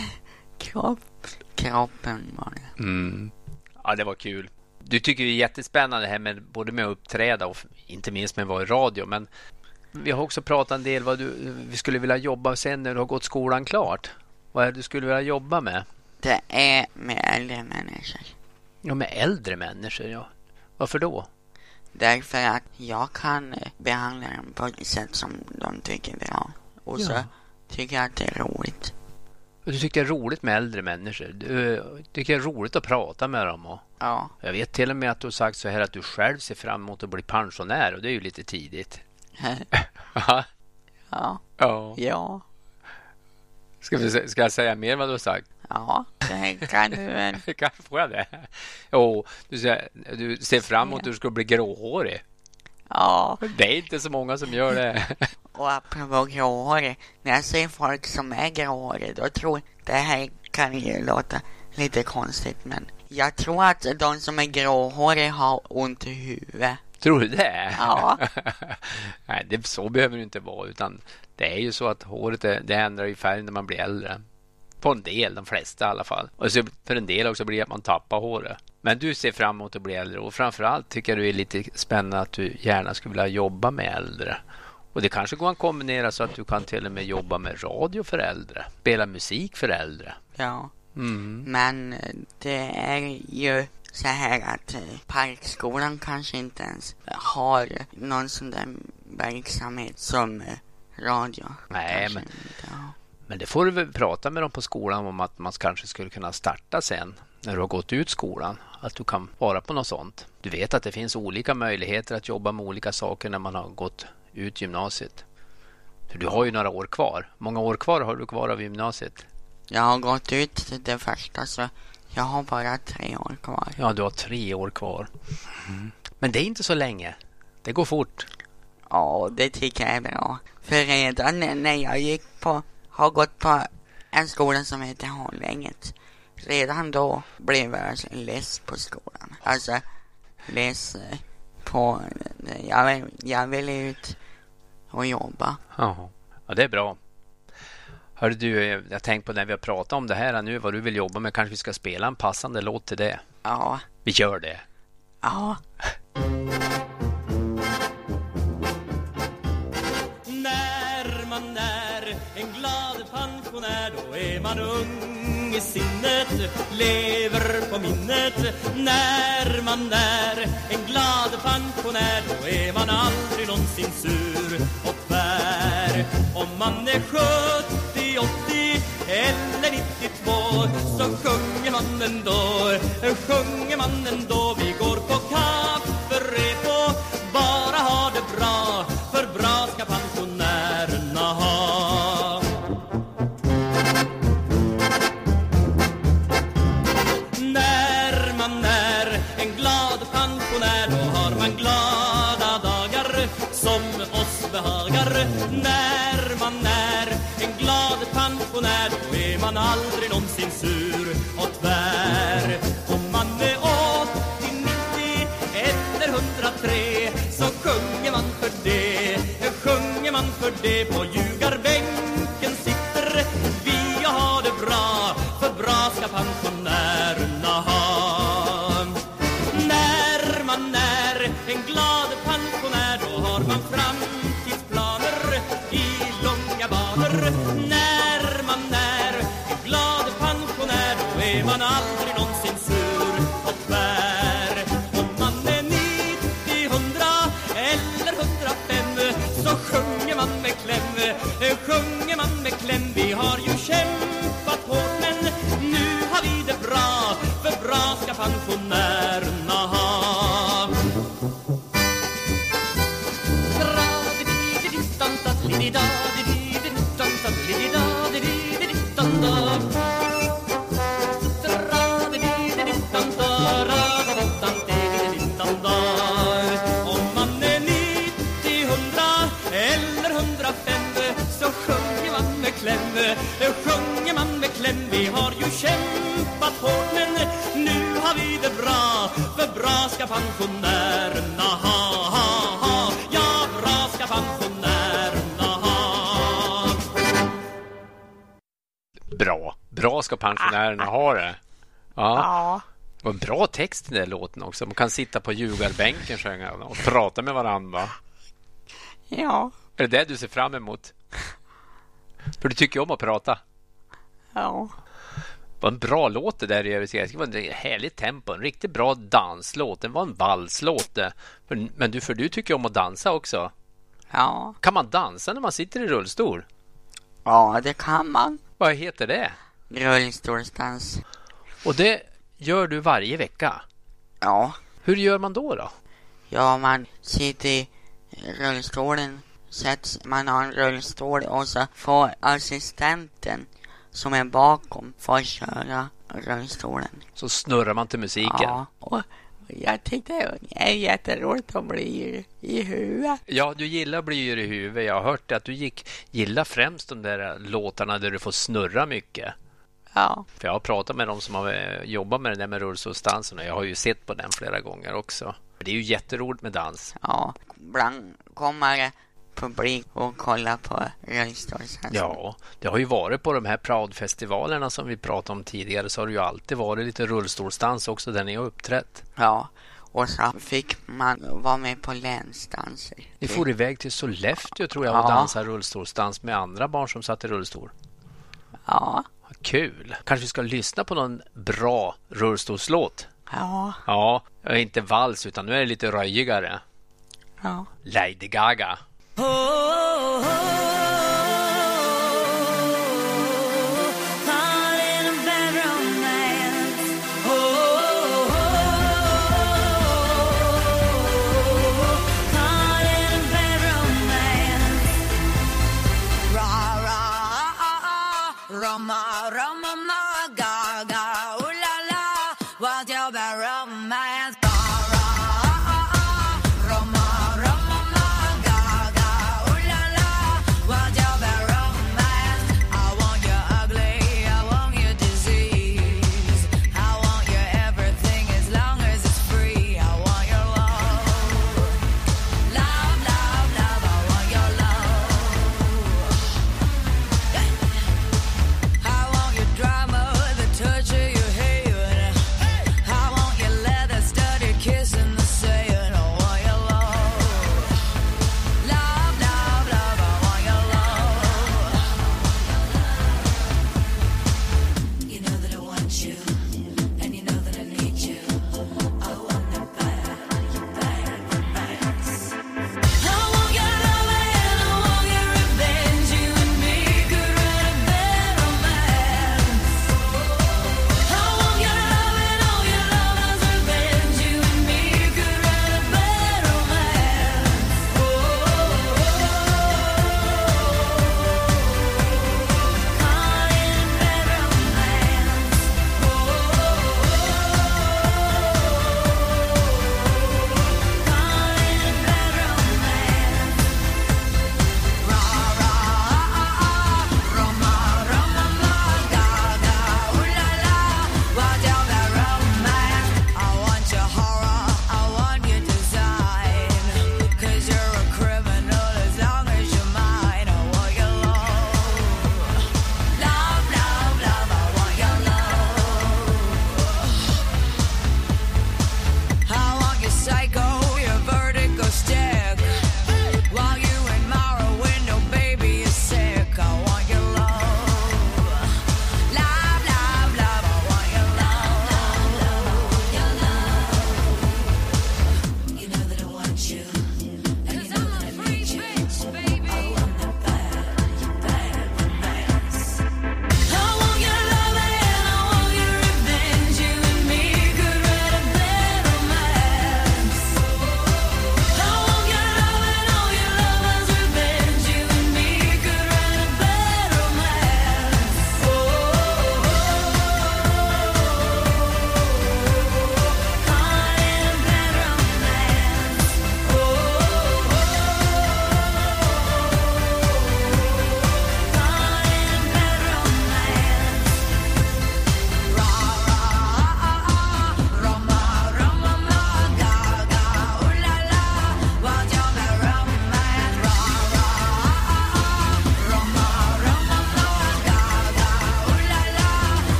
kropp, kroppen var det. Mm. Ja, det var kul. Du tycker det är jättespännande här med både med att uppträda och inte minst med att vara i radio, men vi har också pratat en del vad du vi skulle vilja jobba sen när du har gått skolan klart. Vad är det du skulle vilja jobba med? Det är med äldre människor. Ja, med äldre människor, ja. Varför då? Därför att jag kan behandla dem på ett sätt som de tycker är bra. Och ja. så tycker jag att det är roligt. Du tycker det är roligt med äldre människor. Du tycker det är roligt att prata med dem. Och ja. Jag vet till och med att du har sagt så här att du själv ser fram emot att bli pensionär. Och det är ju lite tidigt. ja. Ja. Ja. Ska, vi, ska jag säga mer vad du har sagt? Ja, det kan du väl. Kan få jag det? Jo, du ser, du ser fram emot att du ska bli gråhårig. Ja. Det är inte så många som gör det. Och apropå gråhårig, när jag ser folk som är gråhårig, då tror jag, det här kan ju låta lite konstigt, men jag tror att de som är gråhåriga har ont i huvudet. Tror du det? Ja. Nej, det, så behöver det inte vara, utan det är ju så att håret det, det ändrar ju färg när man blir äldre. På en del, de flesta i alla fall. Och så för en del också blir det att man tappar håret. Men du ser fram emot att bli äldre, och framförallt tycker jag det är lite spännande att du gärna skulle vilja jobba med äldre. Och det kanske går att kombinera så att du kan till och med jobba med radio för äldre. Spela musik för äldre. Ja. Mm. Men det är ju så här att Parkskolan kanske inte ens har någon sån där verksamhet som radio. Nej, Kanske men, inte, ja. men det får du väl prata med dem på skolan om, att man kanske skulle kunna starta sen när du har gått ut skolan. Att du kan vara på något sånt. Du vet att det finns olika möjligheter att jobba med olika saker när man har gått ut gymnasiet. För du har ju några år kvar. Många år kvar har du kvar av gymnasiet? Jag har gått ut det första, så jag har bara tre år kvar. Ja, du har tre år kvar. Mm. Men det är inte så länge. Det går fort. Ja, det tycker jag är bra. För redan när jag gick på, har gått på en skola som heter Hållänget, redan då blev jag less på skolan. Alltså, less på, jag vill, jag vill ut och jobba. Jaha. Ja, det är bra. Hörde du, jag tänkte på när vi har pratat om det här nu, vad du vill jobba med. Kanske vi ska spela en passande låt till det. Ja. Vi gör det. Ja. När man är en glad pensionär, då är man ung i sinnet, lever på minnet. När man är en glad pensionär, då är man aldrig någonsin sur och tvär. Om man är sjuttio, åttio eller nittiotvå, så sjunger man ändå, sjunger man ändå. Vi går på kafferep och bara har det bra, för bra ska pensionärerna ha. När man är en glad pensionär, då har man glada dagar som oss behagar. När man är en glad pensionär, då är man aldrig någonsin sur och tvär. Om man är åttio, nittio eller hundratre, så sjunger man för det, sjunger man för det. På ljugarbänken sitter vi och har det bra, för bra ska pensionärerna ha. När man är en glad pensionär, då har man framtidsplaner i långa banor. När man är en glad pensionär, då är man aldrig någonsin sur och tvär. Om man är nittio, hundra eller hundrafem, så sjunger man med kläm, sjunger man med kläm. Vi har ju kämpat hårt, men nu har vi det bra, för bra ska pensionärerna ha. Om man är nittio, hundra eller hundrafem, så sjunger man med kläm, sjunger man med kläm. Vi har ju kämpat hårt, men nu har vi det bra, för bra ska pensionärerna ha, ha, ha. Ja, bra ska pensionärerna ha. Bra. Bra ska pensionärerna ha det. Ja. Ja. Och en bra text i den låten också. Man kan sitta på ljugarbänken sjunga och prata med varandra. Ja. Är det det du ser fram emot? För du tycker om att prata. Ja. Det var en bra låt det där i övrigt. Det var en härlig tempo. En riktigt bra danslåt. Det var en valslåt. Men du, för du tycker om att dansa också. Ja. Kan man dansa när man sitter i rullstol? Ja, det kan man. Vad heter det? Rullstolsdans. Och det gör du varje vecka? Ja. Hur gör man då då? Ja, man sitter i rullstolen, sätts, man har en rullstol, och så får assistenten som är bakom får köra rullstolen. Så snurrar man till musiken. Ja, och jag tyckte det är jätteroligt att bli i huvudet. Ja, du gillar blyr i huvudet. Jag har hört att du gick, gillar främst de där låtarna där du får snurra mycket. Ja. För jag har pratat med dem som har jobbat med det där med rullstolsdansen, och jag har ju sett på den flera gånger också. Det är ju jätteroligt med dans. Ja, ibland kommer publik och kollar på rullstolsdansare. Ja, det har ju varit på de här Proud-festivalerna som vi pratade om tidigare, så har det ju alltid varit lite rullstolsdans också där ni har uppträtt. Ja, och så fick man vara med på länsdanser. Ni får iväg till Sollefteå tror jag och Ja. dansa rullstolsdans med andra barn som satt i rullstol. Ja, Kul. Kanske vi ska lyssna på någon bra rullstolslåt. ja, Ja, inte vals utan nu är det lite röjigare. ja. Lady Gaga. Romance.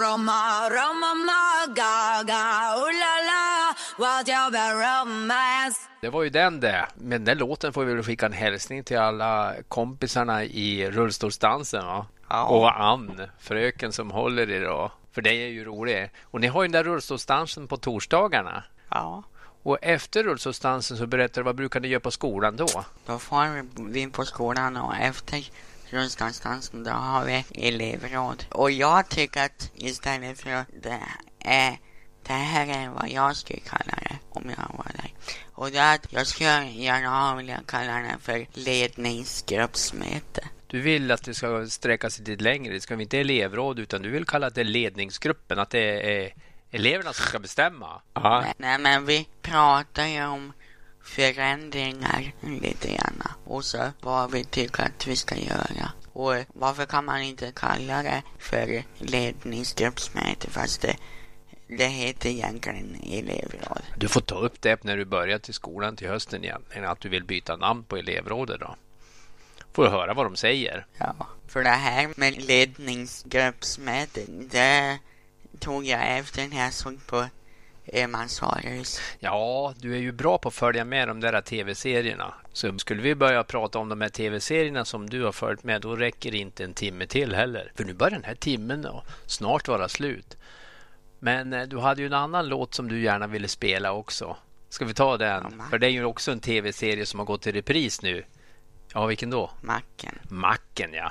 Roma, Roma, ma, ga, ga, oh la la, what you be romance. Det var ju den där. Med den låten får vi väl skicka en hälsning till alla kompisarna i rullstolsdansen, va? Ja. Och Ann, fröken som håller i då. För det är ju roligt. Och ni har ju den där rullstolsdansen på torsdagarna. Ja. Och efter rullstolsdansen så berättar du, vad brukar ni göra på skolan då? Då får vi på skolan och efter rullstolsdansen då har vi elevråd. Och jag tycker att istället för att det är det här är vad jag skulle kalla det om jag var där. Och det är att jag skulle gärna vilja kalla det för ledningsgruppsmöte. Du vill att det ska sträcka sig lite längre. Det ska inte elevråd utan du vill kalla det ledningsgruppen. Att det är eleverna som ska bestämma. Nej, nej, men vi pratar ju om förändringar lite grann. Och så vad vi tycker att vi ska göra. Och varför kan man inte kalla det för ledningsgruppsmöte fast det, det heter egentligen elevråd. Du får ta upp det när du börjar till skolan till hösten igen. Att du vill byta namn på elevrådet då. Får höra vad de säger. Ja, för det här med ledningsgruppsmöte, det tog jag efter när jag såg på Mansarius. Ja, du är ju bra på att följa med de där tv-serierna. Så skulle vi börja prata om de här tv-serierna som du har följt med, då räcker inte en timme till heller. För nu börjar den här timmen och snart vara slut. Men eh, du hade ju en annan låt som du gärna ville spela också. Ska vi ta den? Ja, för det är ju också en tv-serie som har gått i repris nu. Ja, vilken då? Macken. Macken, ja.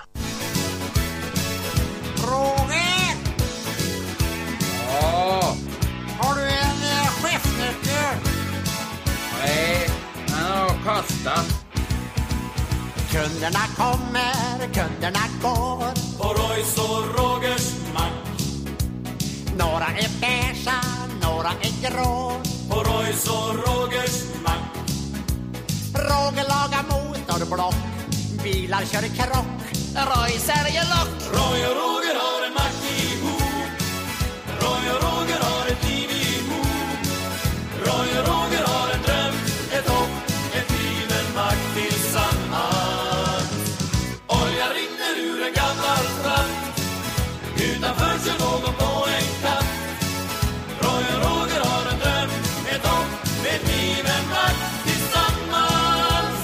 Roger! Ja? Har du en eh, chefsnyckel? Nej, den har kostat. Kunderna kommer, kunderna går. På Royce och Rogers mack. Några är beiga, några är grå. På Royce och Rogers mack. Roger lagar motorblock, bilar kör krock. Roy säljer lock. Roy och Roger har en mack ihop. Roy och Roger har ett liv ihop. Roy och Roger har en dröm, ett hopp, ett liv, en mack tillsammans. Olja rinner ur en gammal tratt. Utanför ser någon på en katt. Roy och Roger har en dröm, ett hopp, ett liv, en mack tillsammans.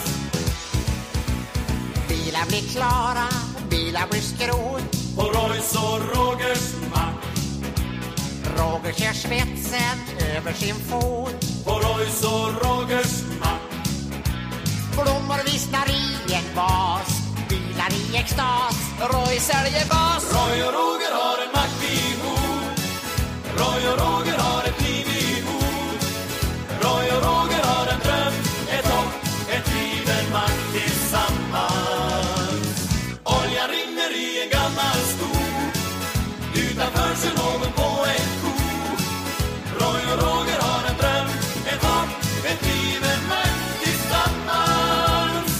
Bilar blir klara, bilar blir skrot. På Royce och Rogers mack. Roger kör svetsen över sin fot. På Royce och Rogers mack. Blommor vissnar i en vas, bilar i extas. Roy säljer gas. Roy och Roger har en mack ihop. Roy och Roger har ett liv ihop. Roy och Roger har en dröm, ett hopp, ett liv, en mack tillsammans. Olja rinner i en gammal skog. Utanför ser någon på en ko. Roy och Roger har en dröm, ett hopp, ett liv, en mack tillsammans.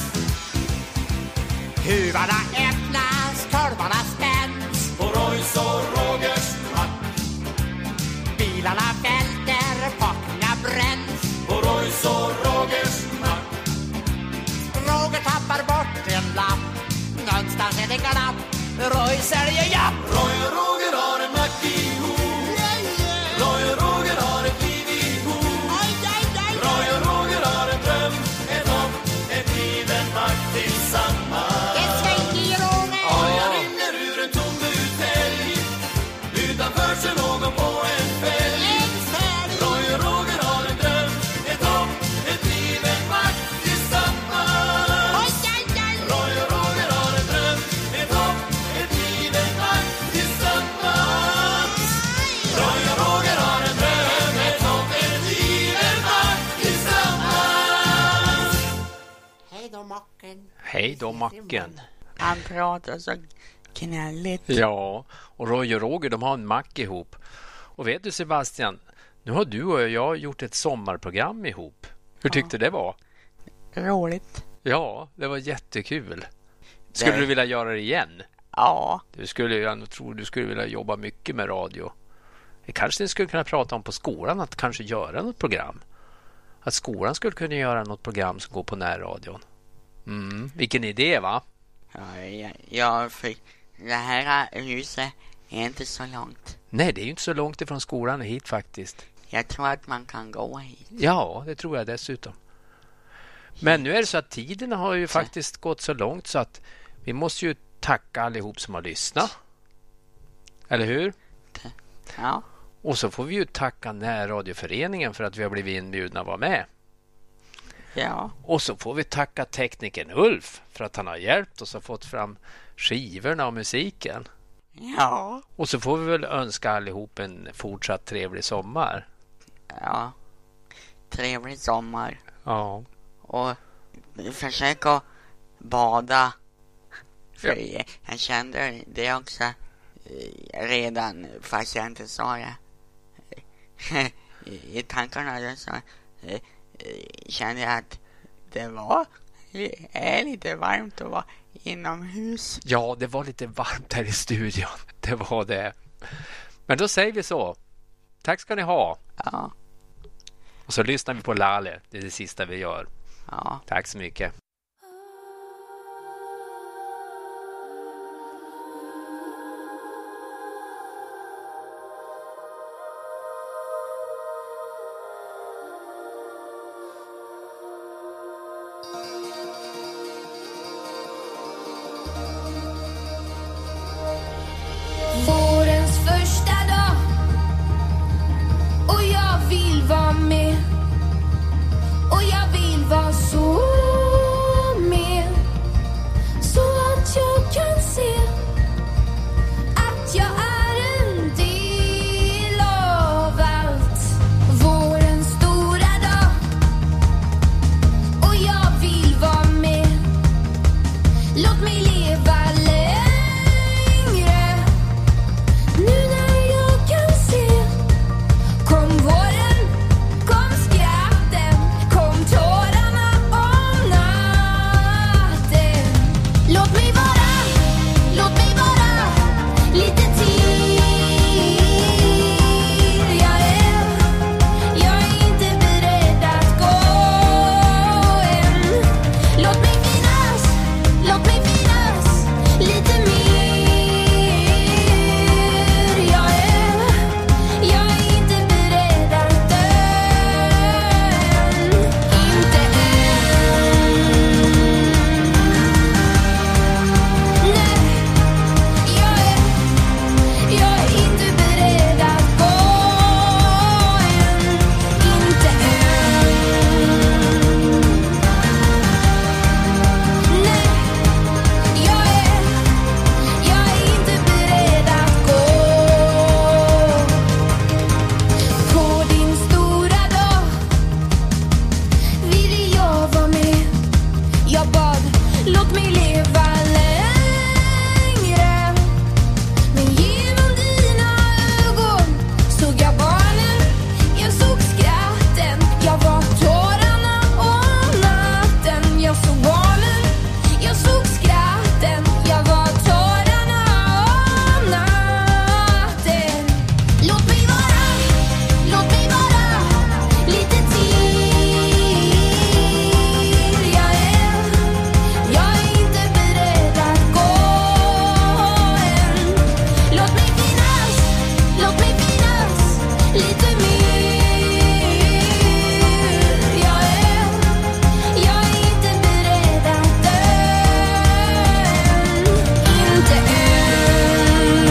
Huvarna öppnas, korvarna spänns. På Royce och Rogers mack. Bilarna välter, packningar bränns. På Royce och Rogers mack. Roger tappar bort en lapp, någonstans är det glapp. Roy säljer japp. Roy och Roger har en mack ihop. Roy och Roger har ett liv ihop. Roy och Roger har en dröm, ett hopp, ett liv, en mack tillsammans. Det svänger Roger. Olja rinner ur en tom butelj. Utanför ser någon på en fälg. Roy och Roger har en dröm, ett hopp, ett liv, en mack tillsammans. Roy och Roger har en dröm, ett hopp, ett liv, en mack tillsammans. Roy och Roger har en dröm, ett hopp, ett liv, en mack tillsammans. Hej då Macken. Hej då Macken. Han pratar så knälligt. Ja, och Roy och Roger, de har en mack ihop. Och vet du Sebastian, nu har du och jag gjort ett sommarprogram ihop. Hur tyckte Ja. det var? Roligt. Ja, det var jättekul. Skulle Det- du vilja göra det igen? Ja. Du skulle, jag tror du skulle vilja jobba mycket med radio. Det kanske ni skulle kunna prata om på skolan, att kanske göra något program. Att skolan skulle kunna göra något program som går på närradion. Mm, vilken idé, va? Ja, ja, ja, för det här huset är inte så långt. Nej, det är ju inte så långt ifrån skolan hit faktiskt. Jag tror att man kan gå hit. Ja, det tror jag dessutom. Men nu är det så att tiden har ju faktiskt gått så långt så att vi måste ju tacka allihop som har lyssnat. Eller hur? Ja. Och så får vi ju tacka närradioföreningen för att vi har blivit inbjudna att vara med. Ja. Och så får vi tacka teknikern Ulf för att han har hjälpt oss att fått fram skivorna och musiken. Ja. Och så får vi väl önska allihop en fortsatt trevlig sommar. Ja. Trevlig sommar. Ja. Och försök att bada. För Ja. jag kände det också redan, fast jag inte sa det. I tankarna då så kände jag att det var är lite varmt att vara inomhus. Ja, det var lite varmt här i studion. Det var det. Men då säger vi så. Tack ska ni ha. Ja. Och så lyssnar vi på Lale. Det är det sista vi gör. Ja. Tack så mycket. Vårens första dag och jag vill vara med och jag vill vara så med så att jag kan se att jag är en del av allt. Vårens stora dag och jag vill vara med. Låt mig leva längre nu när jag kan se. Kom våren, kom skratten, kom tårarna om natten. Låt mig vara, låt mig vara lite till. Jag är, jag är inte beredd att gå än. Låt mig finnas, låt mig finnas lite mer. Jag är, jag är inte beredd att dö än. Inte än. Nej, jag är, jag är inte beredd att gå än. Inte än. Nej, jag är, jag är inte beredd att gå. På din stora dag ville jag vara med. Jag bad, låt mig leva längre. Men genom dina ögon såg jag barnen, jag såg skratten, jag var tårarna om natten. Jag såg barnen, jag såg skratten, jag var tårarna om natten. Låt mig vara, låt mig vara lite till. Jag är, jag är inte beredd att gå än. Låt mig finnas, låt mig finnas lite mer. Jag är, jag är inte beredd att dö än. Inte än.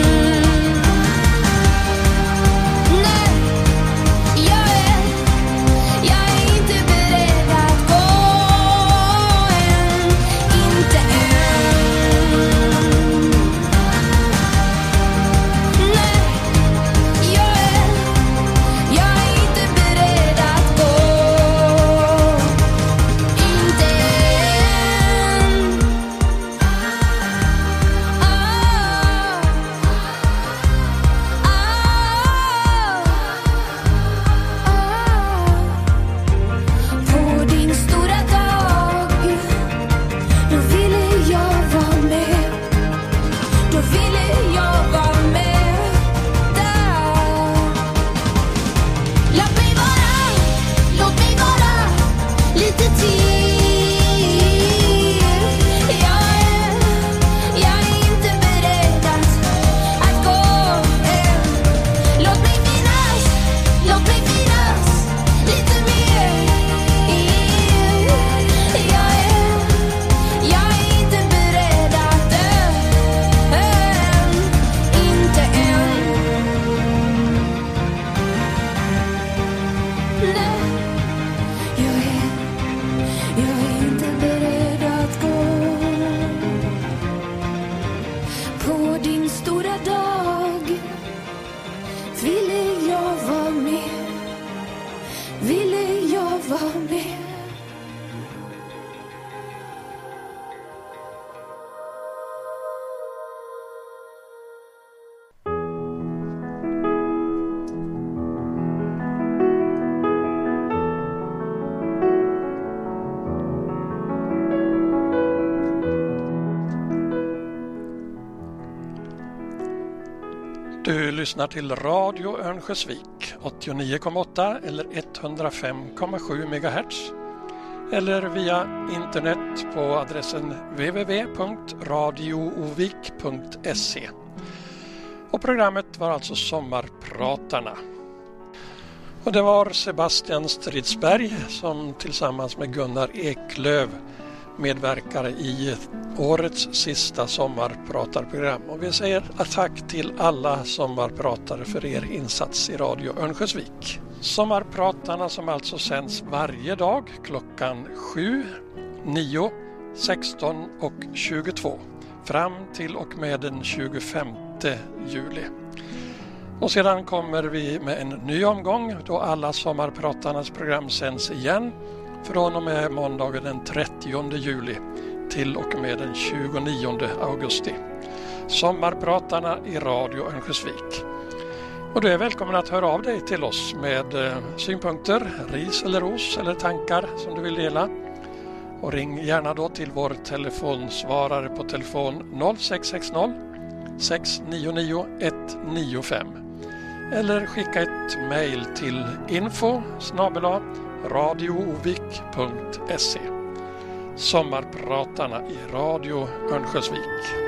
Nej, jag är, jag är inte beredd att gå än. Inte än. Nej, jag är, jag är inte beredd att gå. Inte än. På din stora dag då ville jag vara med. Då ville jag vara med där. Låt mig vara, låt mig vara lite till. Jag är, jag är inte beredd att, att gå Du lyssnar till Radio Örnsköldsvik åttionio komma åtta eller etthundrafem komma sju megahertz eller via internet på adressen w w w punkt radioovik punkt se. Och programmet var alltså Sommarpratarna. Och det var Sebastian Stridsberg som tillsammans med Gunnar Eklöf medverkar i årets sista sommarpratarprogram. Och vi säger tack till alla sommarpratare för er insats i Radio Örnsköldsvik. Sommarpratarna som alltså sänds varje dag klockan sju, nio, sexton och tjugotvå fram till och med den tjugofemte juli. Och sedan kommer vi med en ny omgång då alla sommarpratarnas program sänds igen från och med måndagen den trettionde juli till och med den tjugonionde augusti. Sommarpratarna i Radio Örnsköldsvik. Och du är välkommen att höra av dig till oss med eh, synpunkter, ris eller ros eller tankar som du vill dela. Och ring gärna då till vår telefonsvarare på telefon noll sex sex noll, sex nio nio, ett nio fem. Eller skicka ett mejl till info snabel-a radioovik punkt se. Sommarpratarna i Radio Örnsköldsvik.